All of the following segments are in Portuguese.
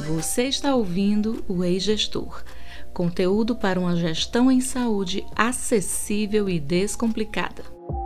Você está ouvindo o Ei Gestor, conteúdo para uma gestão em saúde acessível e descomplicada.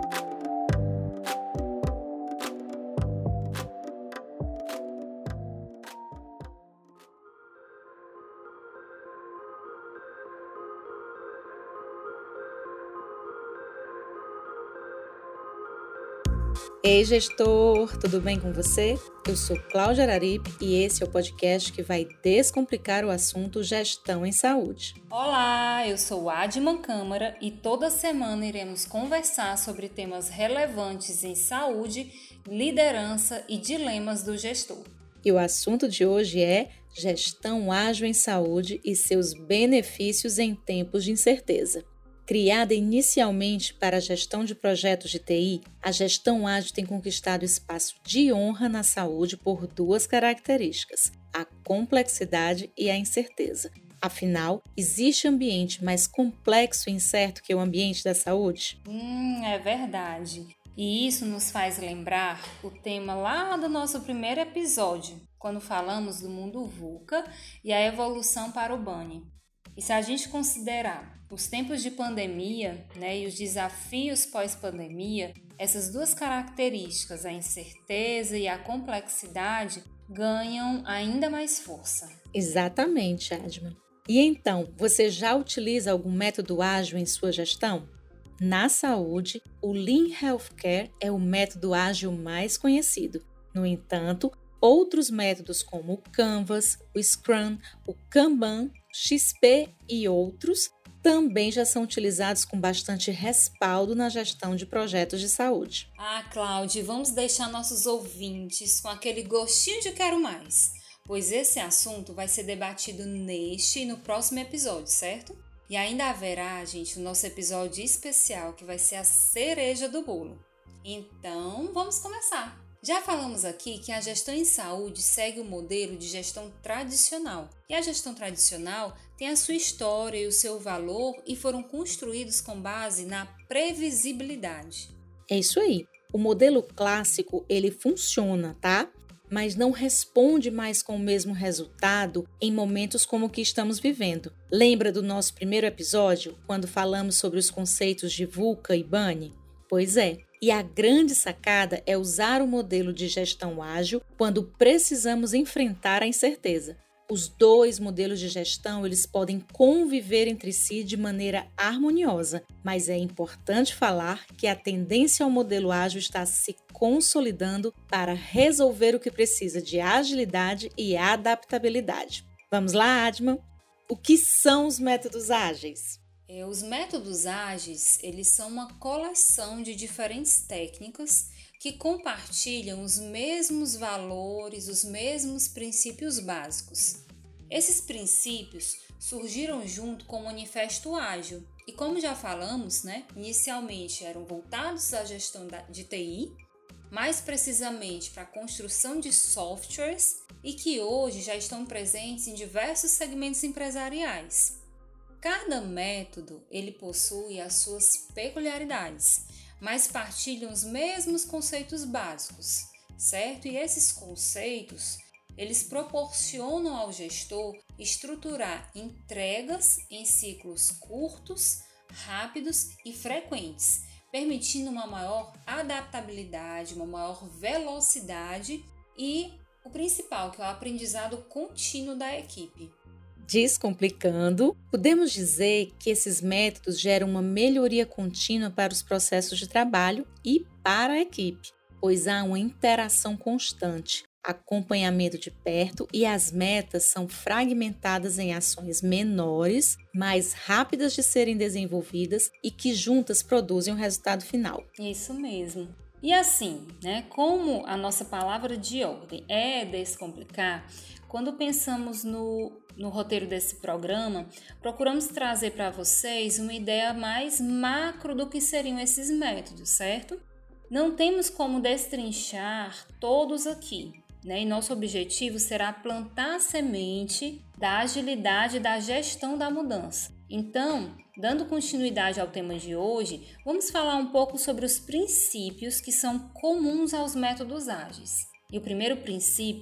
Ei gestor, tudo bem com você? Eu sou Cláudia Araripe e esse é o podcast que vai descomplicar o assunto gestão em saúde. Olá, eu sou Adman Câmara e toda semana iremos conversar sobre temas relevantes em saúde, liderança e dilemas do gestor. E o assunto de hoje é gestão ágil em saúde e seus benefícios em tempos de incerteza. Criada inicialmente para a gestão de projetos de TI, a gestão ágil tem conquistado espaço de honra na saúde por duas características: a complexidade e a incerteza. Afinal, existe ambiente mais complexo e incerto que o ambiente da saúde? É verdade. E isso nos faz lembrar o tema lá do nosso primeiro episódio, quando falamos do mundo VUCA e a evolução para o BANI. E se a gente considerar os tempos de pandemia, e os desafios pós-pandemia, essas duas características, a incerteza e a complexidade, ganham ainda mais força. Exatamente, Adman. E então, você já utiliza algum método ágil em sua gestão? Na saúde, o Lean Healthcare é o método ágil mais conhecido. No entanto, outros métodos como o Canvas, o Scrum, o Kanban, XP e outros também já são utilizados com bastante respaldo na gestão de projetos de saúde. Cláudia, vamos deixar nossos ouvintes com aquele gostinho de quero mais, pois esse assunto vai ser debatido neste e no próximo episódio, certo? E ainda haverá, gente, o nosso episódio especial que vai ser a cereja do bolo. Então, vamos começar! Já falamos aqui que a gestão em saúde segue o modelo de gestão tradicional. E a gestão tradicional tem a sua história e o seu valor e foram construídos com base na previsibilidade. É isso aí. O modelo clássico, ele funciona, tá? Mas não responde mais com o mesmo resultado em momentos como o que estamos vivendo. Lembra do nosso primeiro episódio, quando falamos sobre os conceitos de VUCA e BANI? Pois é. E a grande sacada é usar o modelo de gestão ágil quando precisamos enfrentar a incerteza. Os dois modelos de gestão, eles podem conviver entre si de maneira harmoniosa, mas é importante falar que a tendência ao modelo ágil está se consolidando para resolver o que precisa de agilidade e adaptabilidade. Vamos lá, Adman? O que são os métodos ágeis? Os métodos ágeis, eles são uma coleção de diferentes técnicas que compartilham os mesmos valores, os mesmos princípios básicos. Esses princípios surgiram junto com o Manifesto Ágil e, como já falamos, inicialmente eram voltados à gestão de TI, mais precisamente para a construção de softwares e que hoje já estão presentes em diversos segmentos empresariais. Cada método ele possui as suas peculiaridades, mas partilham os mesmos conceitos básicos, certo? E esses conceitos, eles proporcionam ao gestor estruturar entregas em ciclos curtos, rápidos e frequentes, permitindo uma maior adaptabilidade, uma maior velocidade e o principal, que é o aprendizado contínuo da equipe. Descomplicando, podemos dizer que esses métodos geram uma melhoria contínua para os processos de trabalho e para a equipe, pois há uma interação constante, acompanhamento de perto e as metas são fragmentadas em ações menores, mais rápidas de serem desenvolvidas e que juntas produzem o resultado final. Isso mesmo. E assim, como a nossa palavra de ordem é descomplicar, quando pensamos no roteiro desse programa, procuramos trazer para vocês uma ideia mais macro do que seriam esses métodos, certo? Não temos como destrinchar todos aqui, e nosso objetivo será plantar a semente da agilidade da gestão da mudança. Então, dando continuidade ao tema de hoje, vamos falar um pouco sobre os princípios que são comuns aos métodos ágeis. E o primeiro princípio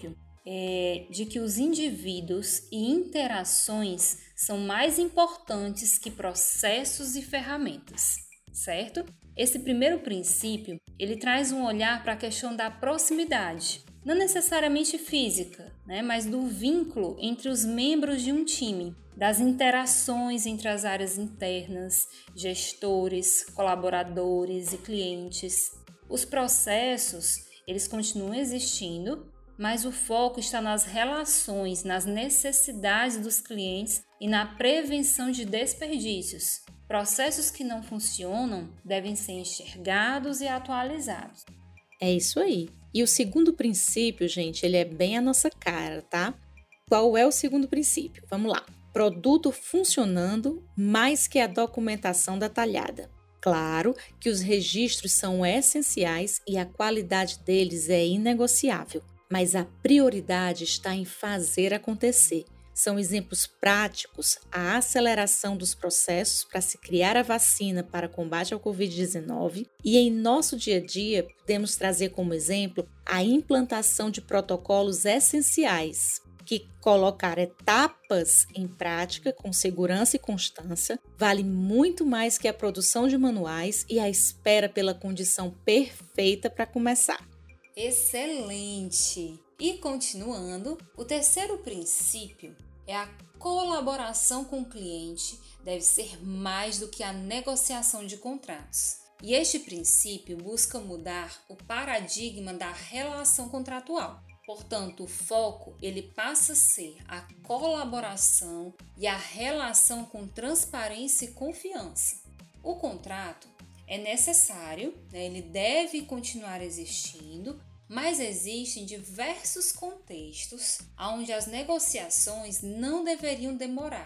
de que os indivíduos e interações são mais importantes que processos e ferramentas, certo? Esse primeiro princípio, ele traz um olhar para a questão da proximidade, não necessariamente física, mas do vínculo entre os membros de um time, das interações entre as áreas internas, gestores, colaboradores e clientes. Os processos, eles continuam existindo, mas o foco está nas relações, nas necessidades dos clientes e na prevenção de desperdícios. Processos que não funcionam devem ser enxergados e atualizados. É isso aí. E o segundo princípio, gente, ele é bem a nossa cara, tá? Qual é o segundo princípio? Vamos lá. Produto funcionando mais que a documentação detalhada. Claro que os registros são essenciais e a qualidade deles é inegociável, mas a prioridade está em fazer acontecer. São exemplos práticos a aceleração dos processos para se criar a vacina para combate ao Covid-19 e em nosso dia a dia podemos trazer como exemplo a implantação de protocolos essenciais que colocar etapas em prática com segurança e constância vale muito mais que a produção de manuais e a espera pela condição perfeita para começar. Excelente! E continuando, o terceiro princípio é a colaboração com o cliente deve ser mais do que a negociação de contratos. E este princípio busca mudar o paradigma da relação contratual. Portanto, o foco ele passa a ser a colaboração e a relação com transparência e confiança. O contrato é necessário, ele deve continuar existindo, mas existem diversos contextos onde as negociações não deveriam demorar.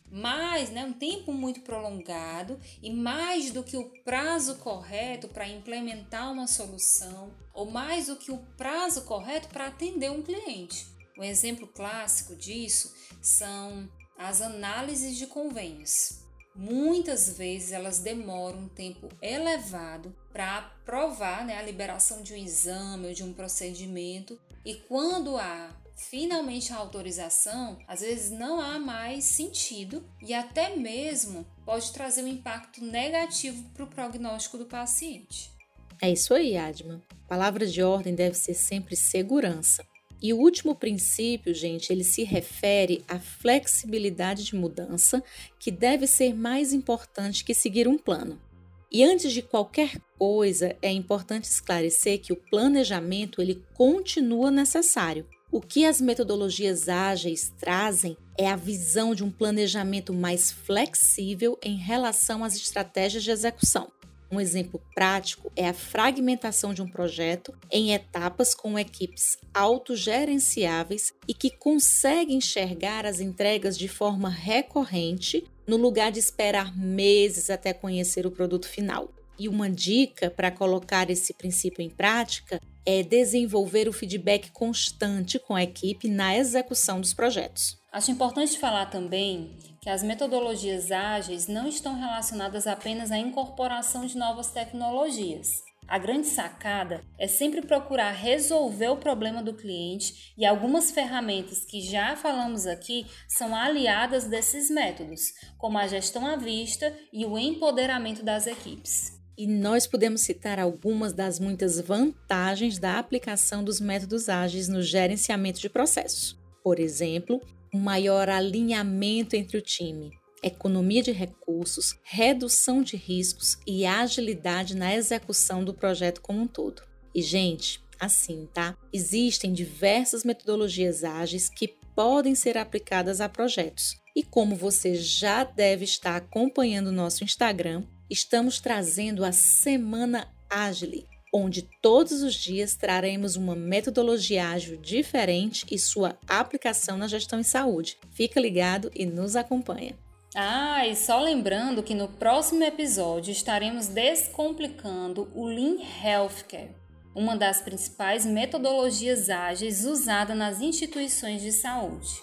Mas um tempo muito prolongado e mais do que o prazo correto para implementar uma solução ou mais do que o prazo correto para atender um cliente. Um exemplo clássico disso são as análises de convênios. Muitas vezes elas demoram um tempo elevado para aprovar a liberação de um exame ou de um procedimento e quando há finalmente a autorização, às vezes não há mais sentido e até mesmo pode trazer um impacto negativo para o prognóstico do paciente. É isso aí, Adma. Palavra de ordem deve ser sempre segurança. E o último princípio, gente, ele se refere à flexibilidade de mudança, que deve ser mais importante que seguir um plano. E antes de qualquer coisa, é importante esclarecer que o planejamento ele continua necessário. O que as metodologias ágeis trazem é a visão de um planejamento mais flexível em relação às estratégias de execução. Um exemplo prático é a fragmentação de um projeto em etapas com equipes autogerenciáveis e que conseguem enxergar as entregas de forma recorrente, no lugar de esperar meses até conhecer o produto final. E uma dica para colocar esse princípio em prática é desenvolver o feedback constante com a equipe na execução dos projetos. Acho importante falar também que as metodologias ágeis não estão relacionadas apenas à incorporação de novas tecnologias. A grande sacada é sempre procurar resolver o problema do cliente e algumas ferramentas que já falamos aqui são aliadas desses métodos, como a gestão à vista e o empoderamento das equipes. E nós podemos citar algumas das muitas vantagens da aplicação dos métodos ágeis no gerenciamento de processos. Por exemplo, um maior alinhamento entre o time, economia de recursos, redução de riscos e agilidade na execução do projeto como um todo. E, gente, assim, tá? Existem diversas metodologias ágeis que podem ser aplicadas a projetos. E como você já deve estar acompanhando o nosso Instagram, estamos trazendo a Semana Ágil, onde todos os dias traremos uma metodologia ágil diferente e sua aplicação na gestão em saúde. Fica ligado e nos acompanha. E só lembrando que no próximo episódio estaremos descomplicando o Lean Healthcare, uma das principais metodologias ágeis usada nas instituições de saúde.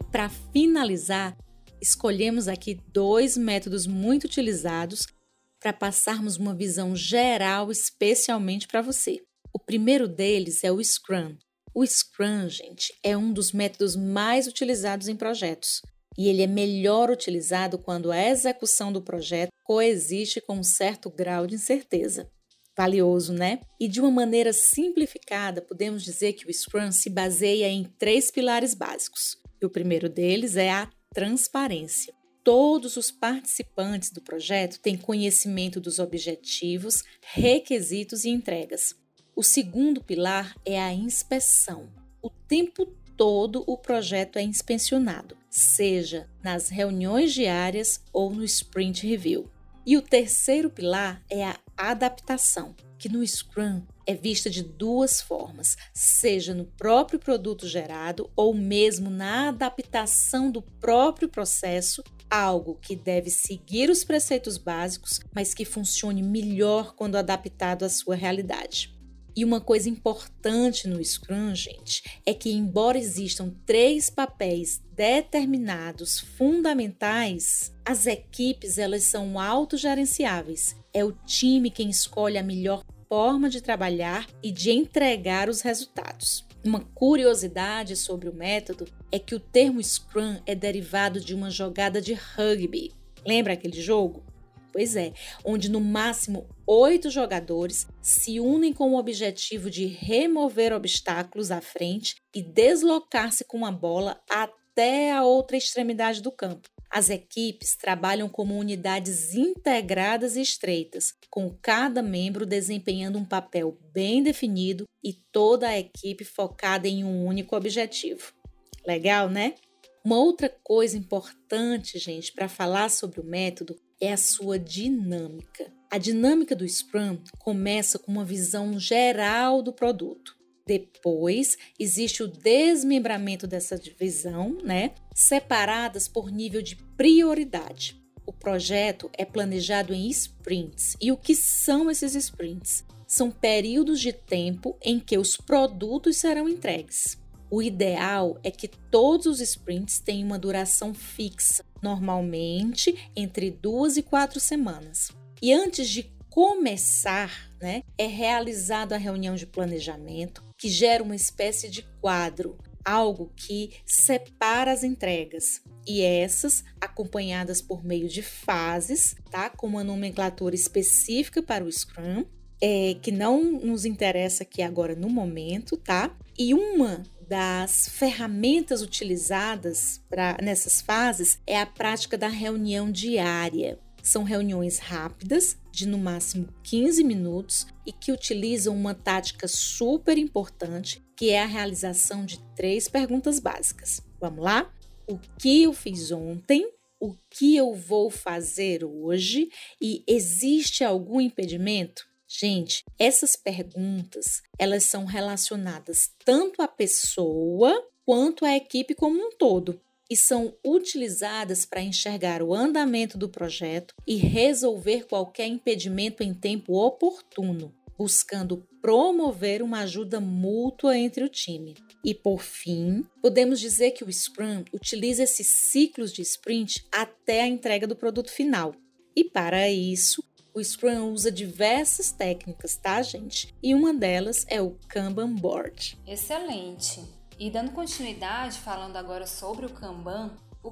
para finalizar, escolhemos aqui 2 métodos muito utilizados para passarmos uma visão geral especialmente para você. O primeiro deles é o Scrum. O Scrum, gente, é um dos métodos mais utilizados em projetos e ele é melhor utilizado quando a execução do projeto coexiste com um certo grau de incerteza. Valioso, né? E de uma maneira simplificada, podemos dizer que o Scrum se baseia em 3 pilares básicos. E o primeiro deles é a transparência. Todos os participantes do projeto têm conhecimento dos objetivos, requisitos e entregas. O segundo pilar é a inspeção. O tempo todo o projeto é inspecionado, seja nas reuniões diárias ou no Sprint Review. E o terceiro pilar é a adaptação, que no Scrum é vista de 2 formas, seja no próprio produto gerado ou mesmo na adaptação do próprio processo, algo que deve seguir os preceitos básicos, mas que funcione melhor quando adaptado à sua realidade. E uma coisa importante no Scrum, gente, é que embora existam 3 papéis determinados, fundamentais, as equipes elas são autogerenciáveis. É o time quem escolhe a melhor forma de trabalhar e de entregar os resultados. Uma curiosidade sobre o método é que o termo Scrum é derivado de uma jogada de rugby. Lembra aquele jogo? Pois é, onde no máximo 8 jogadores se unem com o objetivo de remover obstáculos à frente e deslocar-se com a bola até a outra extremidade do campo. As equipes trabalham como unidades integradas e estreitas, com cada membro desempenhando um papel bem definido e toda a equipe focada em um único objetivo. Legal, né? Uma outra coisa importante, gente, para falar sobre o método é a sua dinâmica. A dinâmica do Scrum começa com uma visão geral do produto. Depois, existe o desmembramento dessa divisão, separadas por nível de prioridade. O projeto é planejado em sprints. E o que são esses sprints? São períodos de tempo em que os produtos serão entregues. O ideal é que todos os sprints tenham uma duração fixa, normalmente entre 2 e 4 semanas. E antes de começar, é realizada a reunião de planejamento, que gera uma espécie de quadro, algo que separa as entregas. E essas, acompanhadas por meio de fases, com uma nomenclatura específica para o Scrum, que não nos interessa aqui agora no momento, E uma das ferramentas utilizadas nessas fases é a prática da reunião diária. São reuniões rápidas, de no máximo 15 minutos, e que utilizam uma tática super importante, que é a realização de 3 perguntas básicas. Vamos lá? O que eu fiz ontem? O que eu vou fazer hoje? E existe algum impedimento? Gente, essas perguntas, elas são relacionadas tanto à pessoa quanto à equipe como um todo e são utilizadas para enxergar o andamento do projeto e resolver qualquer impedimento em tempo oportuno, buscando promover uma ajuda mútua entre o time. E, por fim, podemos dizer que o Scrum utiliza esses ciclos de sprint até a entrega do produto final. E, para isso, o Scrum usa diversas técnicas, gente? E uma delas é o Kanban Board. Excelente! E dando continuidade, falando agora sobre o Kanban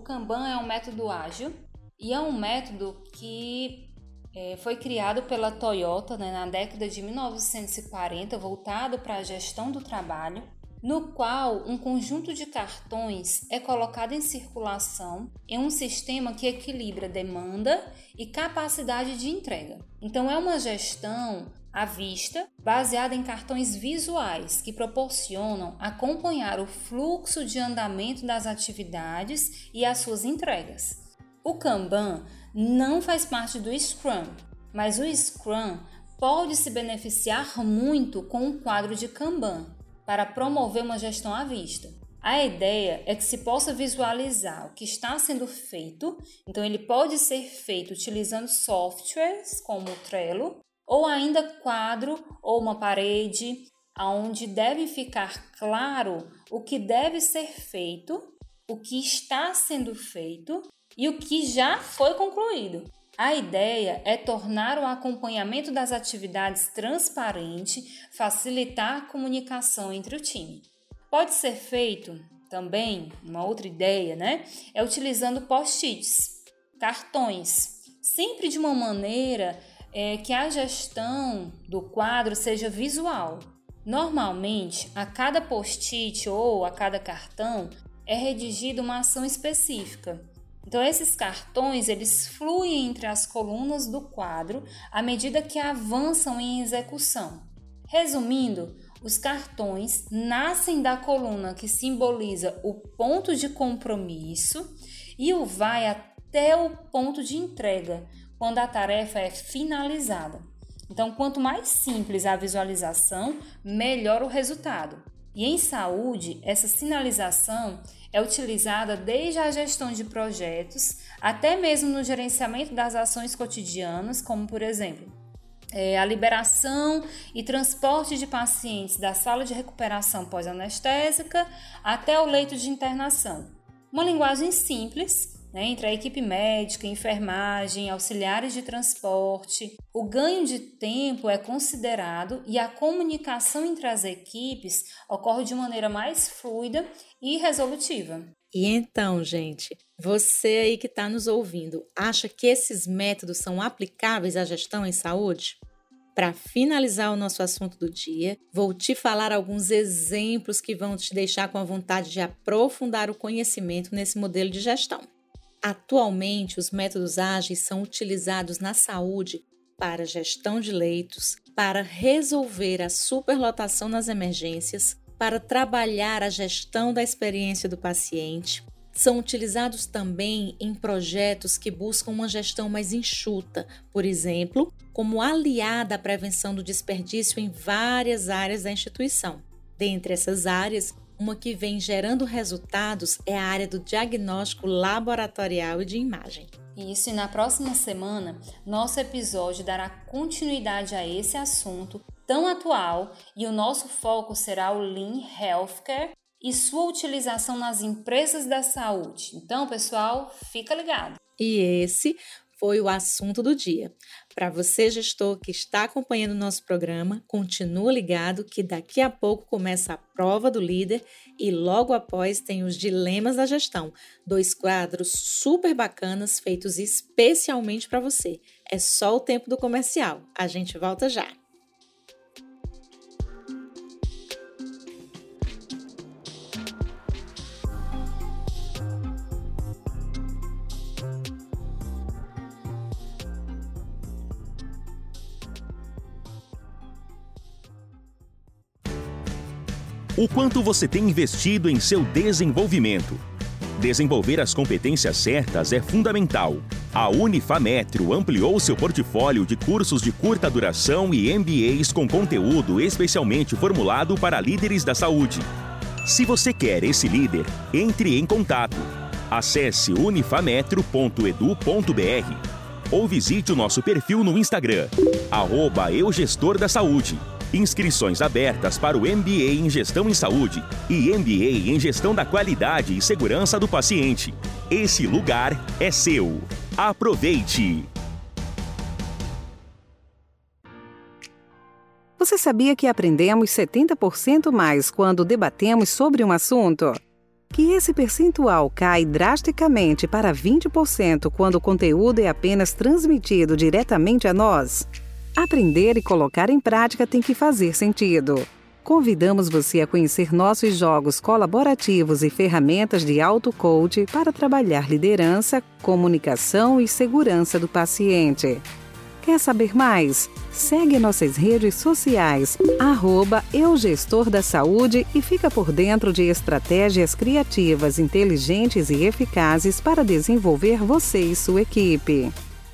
é um método ágil e é um método que foi criado pela Toyota na década de 1940, voltado para a gestão do trabalho, no qual um conjunto de cartões é colocado em circulação em um sistema que equilibra demanda e capacidade de entrega. Então é uma gestão à vista, baseada em cartões visuais que proporcionam acompanhar o fluxo de andamento das atividades e as suas entregas. O Kanban não faz parte do Scrum, mas o Scrum pode se beneficiar muito com um quadro de Kanban para promover uma gestão à vista. A ideia é que se possa visualizar o que está sendo feito, então ele pode ser feito utilizando softwares como o Trello, ou ainda quadro ou uma parede, onde deve ficar claro o que deve ser feito o que está sendo feito e o que já foi concluído. A ideia é tornar o acompanhamento das atividades transparente, facilitar a comunicação entre o time. Pode ser feito também, uma outra ideia, é utilizando post-its, cartões, sempre de uma maneira que a gestão do quadro seja visual. Normalmente, a cada post-it ou a cada cartão é redigida uma ação específica. Então, esses cartões, eles fluem entre as colunas do quadro à medida que avançam em execução. Resumindo, os cartões nascem da coluna que simboliza o ponto de compromisso e o vai até o ponto de entrega, quando a tarefa é finalizada. Então, quanto mais simples a visualização, melhor o resultado. E em saúde, essa sinalização é utilizada desde a gestão de projetos, até mesmo no gerenciamento das ações cotidianas, como, por exemplo, a liberação e transporte de pacientes da sala de recuperação pós-anestésica até o leito de internação. Uma linguagem simples, entre a equipe médica, enfermagem, auxiliares de transporte. O ganho de tempo é considerado e a comunicação entre as equipes ocorre de maneira mais fluida e resolutiva. E então, gente, você aí que está nos ouvindo, acha que esses métodos são aplicáveis à gestão em saúde? Para finalizar o nosso assunto do dia, vou te falar alguns exemplos que vão te deixar com a vontade de aprofundar o conhecimento nesse modelo de gestão. Atualmente, os métodos ágeis são utilizados na saúde para gestão de leitos, para resolver a superlotação nas emergências, para trabalhar a gestão da experiência do paciente. São utilizados também em projetos que buscam uma gestão mais enxuta, por exemplo, como aliada à prevenção do desperdício em várias áreas da instituição. Dentre essas áreas, uma que vem gerando resultados é a área do diagnóstico laboratorial e de imagem. Isso, e na próxima semana, nosso episódio dará continuidade a esse assunto tão atual e o nosso foco será o Lean Healthcare e sua utilização nas empresas da saúde. Então, pessoal, fica ligado. E esse foi o assunto do dia. Para você, gestor, que está acompanhando o nosso programa, continua ligado que daqui a pouco começa a prova do líder e logo após tem os dilemas da gestão, 2 quadros super bacanas feitos especialmente para você. É só o tempo do comercial. A gente volta já. O quanto você tem investido em seu desenvolvimento? Desenvolver as competências certas é fundamental. A Unifametro ampliou seu portfólio de cursos de curta duração e MBAs com conteúdo especialmente formulado para líderes da saúde. Se você quer esse líder, entre em contato. Acesse unifametro.edu.br ou visite o nosso perfil no Instagram, @eugestordasaúde. Inscrições abertas para o MBA em Gestão em Saúde e MBA em Gestão da Qualidade e Segurança do Paciente. Esse lugar é seu. Aproveite! Você sabia que aprendemos 70% mais quando debatemos sobre um assunto? Que esse percentual cai drasticamente para 20% quando o conteúdo é apenas transmitido diretamente a nós? Aprender e colocar em prática tem que fazer sentido. Convidamos você a conhecer nossos jogos colaborativos e ferramentas de auto-coach para trabalhar liderança, comunicação e segurança do paciente. Quer saber mais? Segue nossas redes sociais, @eugestordasaúde e fica por dentro de estratégias criativas, inteligentes e eficazes para desenvolver você e sua equipe.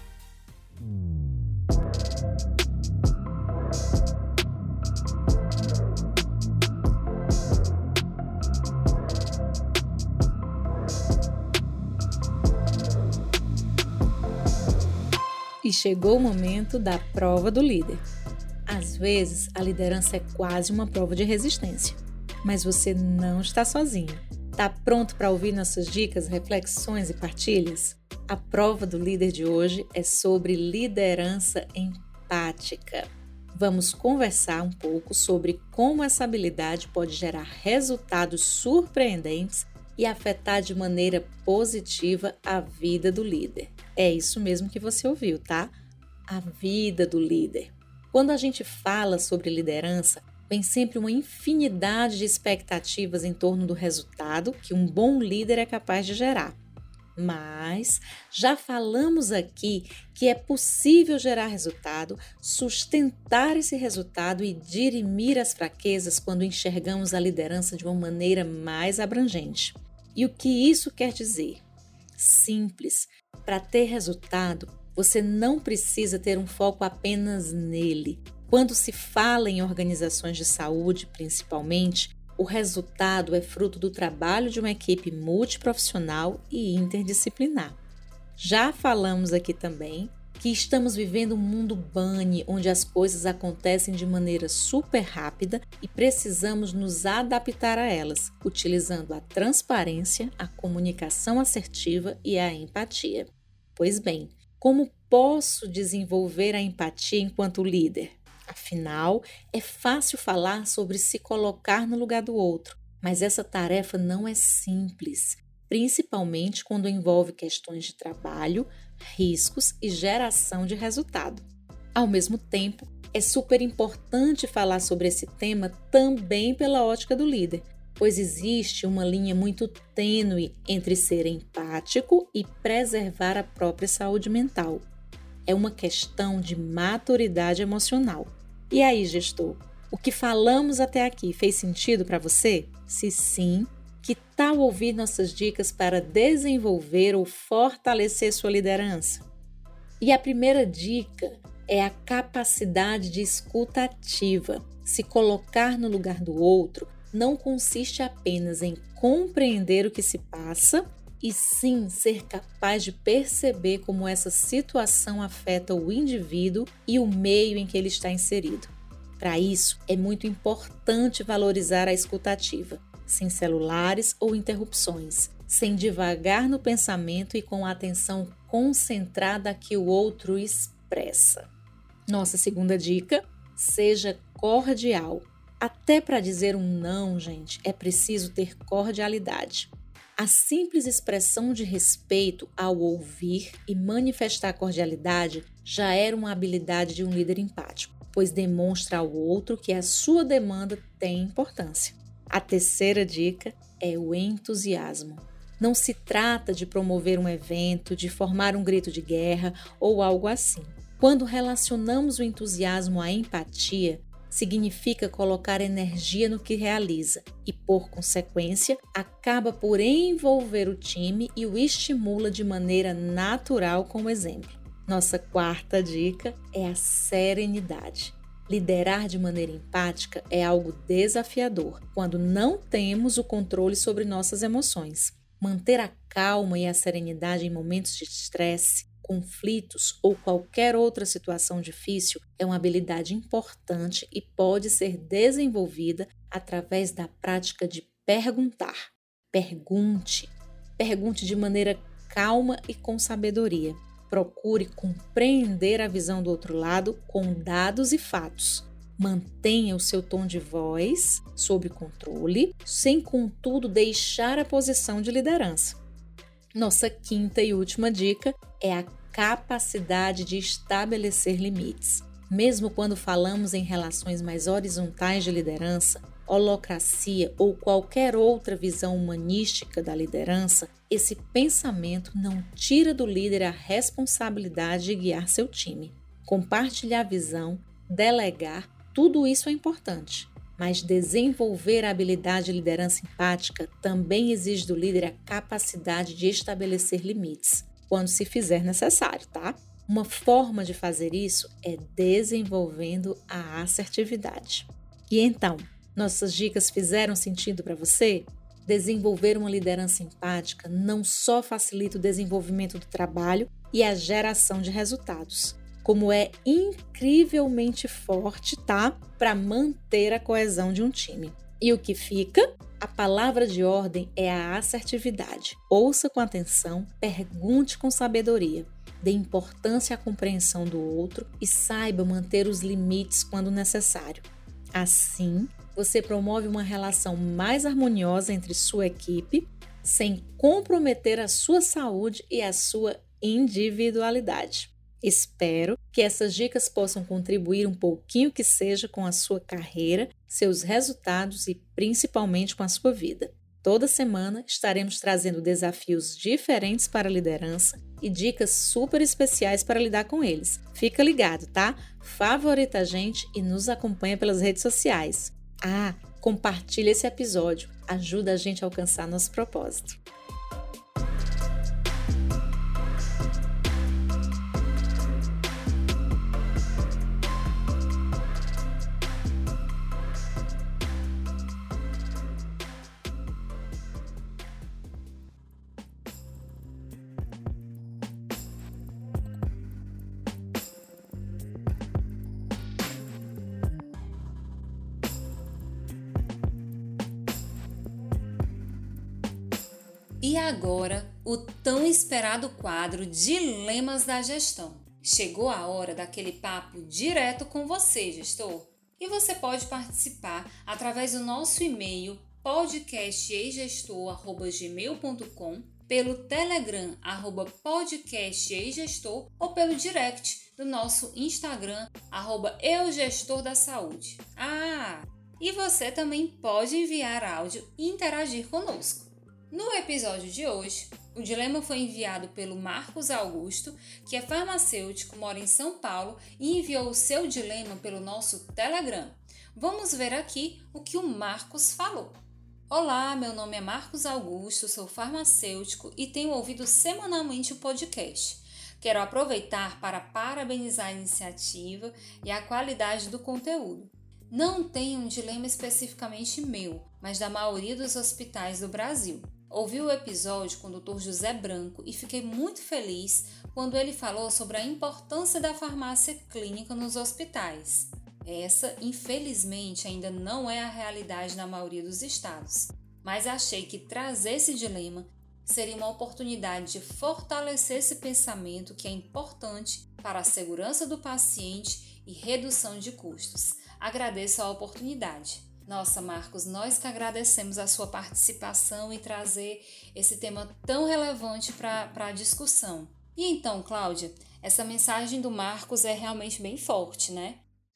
E chegou o momento da prova do líder. Às vezes, a liderança é quase uma prova de resistência, mas você não está sozinho. Tá pronto para ouvir nossas dicas, reflexões e partilhas? A prova do líder de hoje é sobre liderança empática. Vamos conversar um pouco sobre como essa habilidade pode gerar resultados surpreendentes e afetar de maneira positiva a vida do líder. É isso mesmo que você ouviu, tá? A vida do líder. Quando a gente fala sobre liderança, vem sempre uma infinidade de expectativas em torno do resultado que um bom líder é capaz de gerar. Mas já falamos aqui que é possível gerar resultado, sustentar esse resultado e dirimir as fraquezas quando enxergamos a liderança de uma maneira mais abrangente. E o que isso quer dizer? Simples. Para ter resultado, você não precisa ter um foco apenas nele. Quando se fala em organizações de saúde, principalmente, o resultado é fruto do trabalho de uma equipe multiprofissional e interdisciplinar. Já falamos aqui também que estamos vivendo um mundo bunny, onde as coisas acontecem de maneira super rápida e precisamos nos adaptar a elas, utilizando a transparência, a comunicação assertiva e a empatia. Pois bem, como posso desenvolver a empatia enquanto líder? Afinal, é fácil falar sobre se colocar no lugar do outro, mas essa tarefa não é simples, principalmente quando envolve questões de trabalho, riscos e geração de resultado. Ao mesmo tempo, é super importante falar sobre esse tema também pela ótica do líder, pois existe uma linha muito tênue entre ser empático e preservar a própria saúde mental. É uma questão de maturidade emocional. E aí, gestor, o que falamos até aqui fez sentido para você? Se sim, que tal ouvir nossas dicas para desenvolver ou fortalecer sua liderança? E a primeira dica é a capacidade de escuta ativa. Se colocar no lugar do outro não consiste apenas em compreender o que se passa, e sim ser capaz de perceber como essa situação afeta o indivíduo e o meio em que ele está inserido. Para isso, é muito importante valorizar a escuta ativa, sem celulares ou interrupções, sem divagar no pensamento e com a atenção concentrada que o outro expressa. Nossa segunda dica, seja cordial. Até para dizer um não, gente, é preciso ter cordialidade. A simples expressão de respeito ao ouvir e manifestar cordialidade já era uma habilidade de um líder empático, pois demonstra ao outro que a sua demanda tem importância. A terceira dica é o entusiasmo. Não se trata de promover um evento, de formar um grito de guerra ou algo assim. Quando relacionamos o entusiasmo à empatia, significa colocar energia no que realiza e, por consequência, acaba por envolver o time e o estimula de maneira natural com o exemplo. Nossa quarta dica é a serenidade. Liderar de maneira empática é algo desafiador quando não temos o controle sobre nossas emoções. Manter a calma e a serenidade em momentos de estresse, conflitos ou qualquer outra situação difícil é uma habilidade importante e pode ser desenvolvida através da prática de perguntar. Pergunte. Pergunte de maneira calma e com sabedoria. Procure compreender a visão do outro lado com dados e fatos. Mantenha o seu tom de voz sob controle, sem contudo deixar a posição de liderança. Nossa quinta e última dica é a capacidade de estabelecer limites. Mesmo quando falamos em relações mais horizontais de liderança, holocracia ou qualquer outra visão humanística da liderança, esse pensamento não tira do líder a responsabilidade de guiar seu time. Compartilhar a visão, delegar, tudo isso é importante. Mas desenvolver a habilidade de liderança empática também exige do líder a capacidade de estabelecer limites, quando se fizer necessário, tá? Uma forma de fazer isso é desenvolvendo a assertividade. E então, nossas dicas fizeram sentido para você? Desenvolver uma liderança empática não só facilita o desenvolvimento do trabalho e a geração de resultados, como é incrivelmente forte, tá? Para manter a coesão de um time. E o que fica? A palavra de ordem é a assertividade. Ouça com atenção, pergunte com sabedoria, dê importância à compreensão do outro e saiba manter os limites quando necessário. Assim, você promove uma relação mais harmoniosa entre sua equipe, sem comprometer a sua saúde e a sua individualidade. Espero que essas dicas possam contribuir um pouquinho que seja com a sua carreira, seus resultados e principalmente com a sua vida. Toda semana estaremos trazendo desafios diferentes para a liderança e dicas super especiais para lidar com eles. Fica ligado, tá? Favorita a gente e nos acompanha pelas redes sociais. Compartilha esse episódio, ajuda a gente a alcançar nosso propósito. E agora, o tão esperado quadro Dilemas da Gestão. Chegou a hora daquele papo direto com você, gestor. E você pode participar através do nosso e-mail podcasteigestor@gmail.com, pelo Telegram @podcasteigestor ou pelo direct do nosso Instagram @eugestordasaúde. E você também pode enviar áudio e interagir conosco. No episódio de hoje, o dilema foi enviado pelo Marcos Augusto, que é farmacêutico, mora em São Paulo e enviou o seu dilema pelo nosso Telegram. Vamos ver aqui o que o Marcos falou. Olá, meu nome é Marcos Augusto, sou farmacêutico e tenho ouvido semanalmente o podcast. Quero aproveitar para parabenizar a iniciativa e a qualidade do conteúdo. Não tenho um dilema especificamente meu, mas da maioria dos hospitais do Brasil. Ouvi o episódio com o Dr. José Branco e fiquei muito feliz quando ele falou sobre a importância da farmácia clínica nos hospitais. Essa, infelizmente, ainda não é a realidade na maioria dos estados, mas achei que trazer esse dilema seria uma oportunidade de fortalecer esse pensamento que é importante para a segurança do paciente e redução de custos. Agradeço a oportunidade. Nossa, Marcos, nós que agradecemos a sua participação e trazer esse tema tão relevante para a discussão. E então, Cláudia, essa mensagem do Marcos é realmente bem forte, né?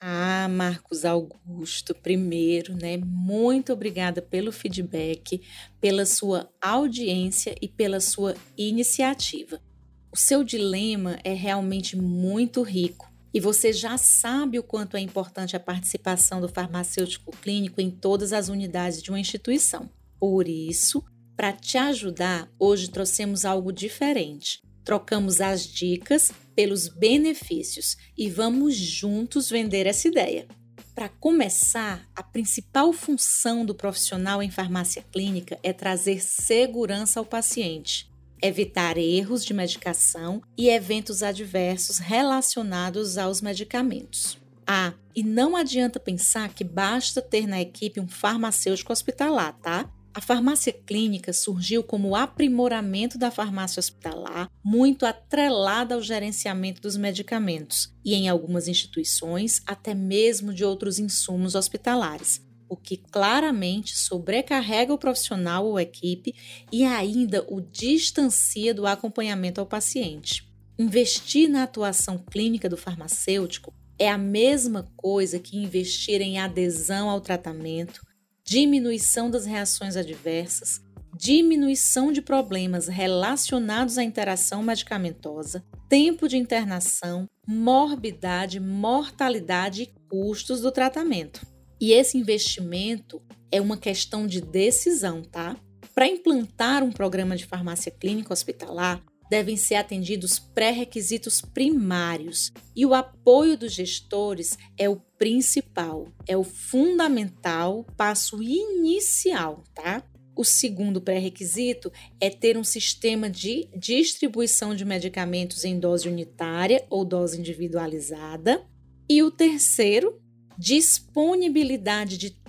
Marcos Augusto, primeiro, muito obrigada pelo feedback, pela sua audiência e pela sua iniciativa. O seu dilema é realmente muito rico. E você já sabe o quanto é importante a participação do farmacêutico clínico em todas as unidades de uma instituição. Por isso, para te ajudar, hoje trouxemos algo diferente. Trocamos as dicas pelos benefícios e vamos juntos vender essa ideia. Para começar, a principal função do profissional em farmácia clínica é trazer segurança ao paciente, evitar erros de medicação e eventos adversos relacionados aos medicamentos. E não adianta pensar que basta ter na equipe um farmacêutico hospitalar, tá? A farmácia clínica surgiu como aprimoramento da farmácia hospitalar, muito atrelada ao gerenciamento dos medicamentos e, em algumas instituições, até mesmo de outros insumos hospitalares, o que claramente sobrecarrega o profissional ou equipe e ainda o distancia do acompanhamento ao paciente. Investir na atuação clínica do farmacêutico é a mesma coisa que investir em adesão ao tratamento, diminuição das reações adversas, diminuição de problemas relacionados à interação medicamentosa, tempo de internação, morbidade, mortalidade e custos do tratamento. E esse investimento é uma questão de decisão, tá? Para implantar um programa de farmácia clínica hospitalar, devem ser atendidos pré-requisitos primários e o apoio dos gestores é o principal, é o fundamental, passo inicial, tá? O segundo pré-requisito é ter um sistema de distribuição de medicamentos em dose unitária ou dose individualizada. E o terceiro, disponibilidade de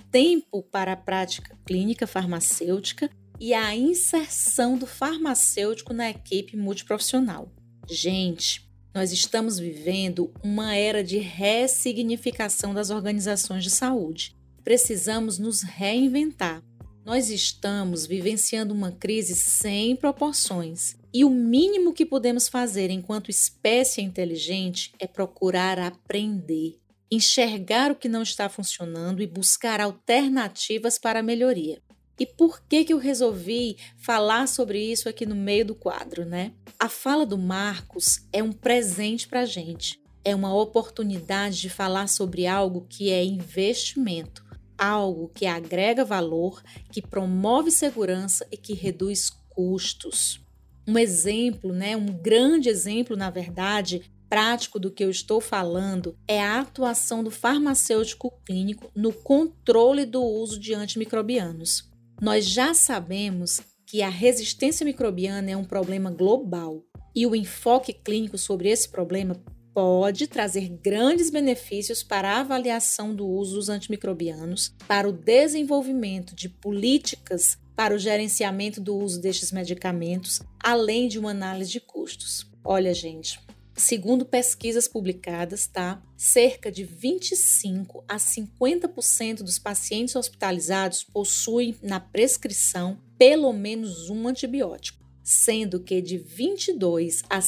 tempo para a prática clínica farmacêutica e a inserção do farmacêutico na equipe multiprofissional. Gente, nós estamos vivendo uma era de ressignificação das organizações de saúde. Precisamos nos reinventar. Nós estamos vivenciando uma crise sem proporções e o mínimo que podemos fazer enquanto espécie inteligente é procurar aprender, enxergar o que não está funcionando e buscar alternativas para a melhoria. E por que eu resolvi falar sobre isso aqui no meio do quadro, né? A fala do Marcos é um presente para a gente. É uma oportunidade de falar sobre algo que é investimento, algo que agrega valor, que promove segurança e que reduz custos. Um exemplo, um grande exemplo, na verdade, prático do que eu estou falando é a atuação do farmacêutico clínico no controle do uso de antimicrobianos. Nós já sabemos que a resistência microbiana é um problema global e o enfoque clínico sobre esse problema pode trazer grandes benefícios para a avaliação do uso dos antimicrobianos, para o desenvolvimento de políticas para o gerenciamento do uso destes medicamentos, além de uma análise de custos. Olha, gente, segundo pesquisas publicadas, cerca de 25% a 50% dos pacientes hospitalizados possuem na prescrição pelo menos um antibiótico, sendo que de 22% a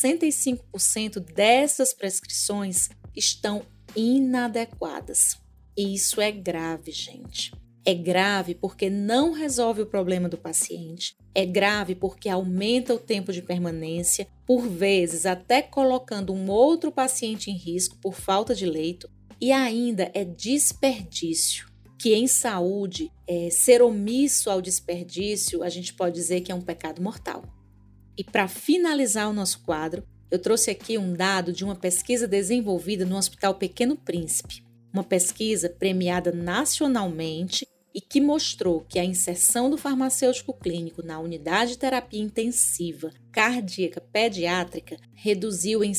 65% dessas prescrições estão inadequadas. E isso é grave, gente. É grave porque não resolve o problema do paciente. É grave porque aumenta o tempo de permanência, por vezes até colocando um outro paciente em risco por falta de leito. E ainda é desperdício, que em saúde, ser omisso ao desperdício, a gente pode dizer que é um pecado mortal. E para finalizar o nosso quadro, eu trouxe aqui um dado de uma pesquisa desenvolvida no Hospital Pequeno Príncipe, uma pesquisa premiada nacionalmente e que mostrou que a inserção do farmacêutico clínico na unidade de terapia intensiva cardíaca pediátrica reduziu em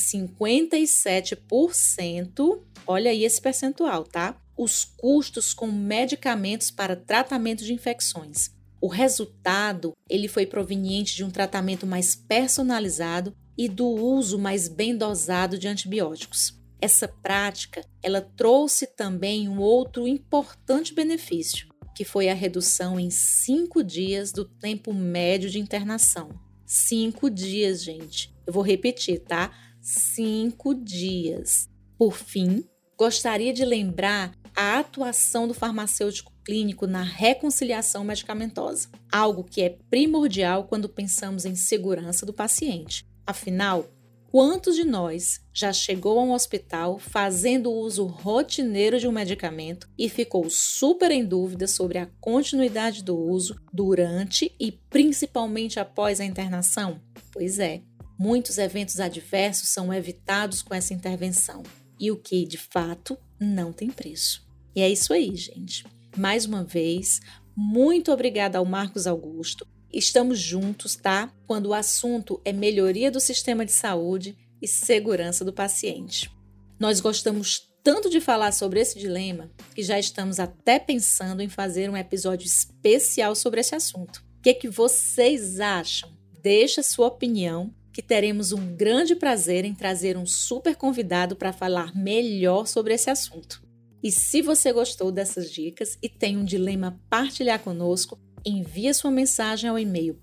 57%, olha aí esse percentual, os custos com medicamentos para tratamento de infecções. O resultado, ele foi proveniente de um tratamento mais personalizado e do uso mais bem dosado de antibióticos. Essa prática, ela trouxe também um outro importante benefício, que foi a redução em 5 dias do tempo médio de internação. 5 dias, gente. Eu vou repetir, 5 dias. Por fim, gostaria de lembrar a atuação do farmacêutico clínico na reconciliação medicamentosa, algo que é primordial quando pensamos em segurança do paciente. Afinal, quantos de nós já chegou a um hospital fazendo uso rotineiro de um medicamento e ficou super em dúvida sobre a continuidade do uso durante e principalmente após a internação? Pois é, muitos eventos adversos são evitados com essa intervenção e o que, de fato, não tem preço. E é isso aí, gente. Mais uma vez, muito obrigada ao Marcos Augusto. Estamos juntos, quando o assunto é melhoria do sistema de saúde e segurança do paciente. Nós gostamos tanto de falar sobre esse dilema que já estamos até pensando em fazer um episódio especial sobre esse assunto. O que vocês acham? Deixa sua opinião, que teremos um grande prazer em trazer um super convidado para falar melhor sobre esse assunto. E se você gostou dessas dicas e tem um dilema a partilhar conosco, envie sua mensagem ao e-mail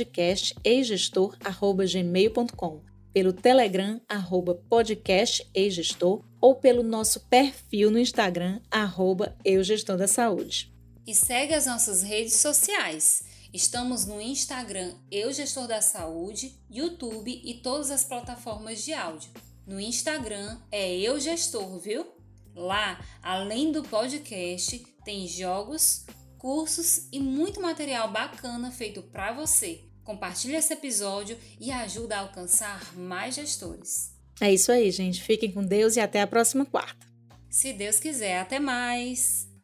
podcasteigestor@gmail.com, pelo Telegram @podcasteigestor ou pelo nosso perfil no Instagram @eugestordasaúde. E segue as nossas redes sociais. Estamos no Instagram Eu Gestor da Saúde, YouTube e todas as plataformas de áudio. No Instagram é Eu Gestor, viu? Lá, além do podcast, tem jogos, cursos e muito material bacana feito para você. Compartilhe esse episódio e ajuda a alcançar mais gestores. É isso aí, gente. Fiquem com Deus e até a próxima quarta. Se Deus quiser, até mais!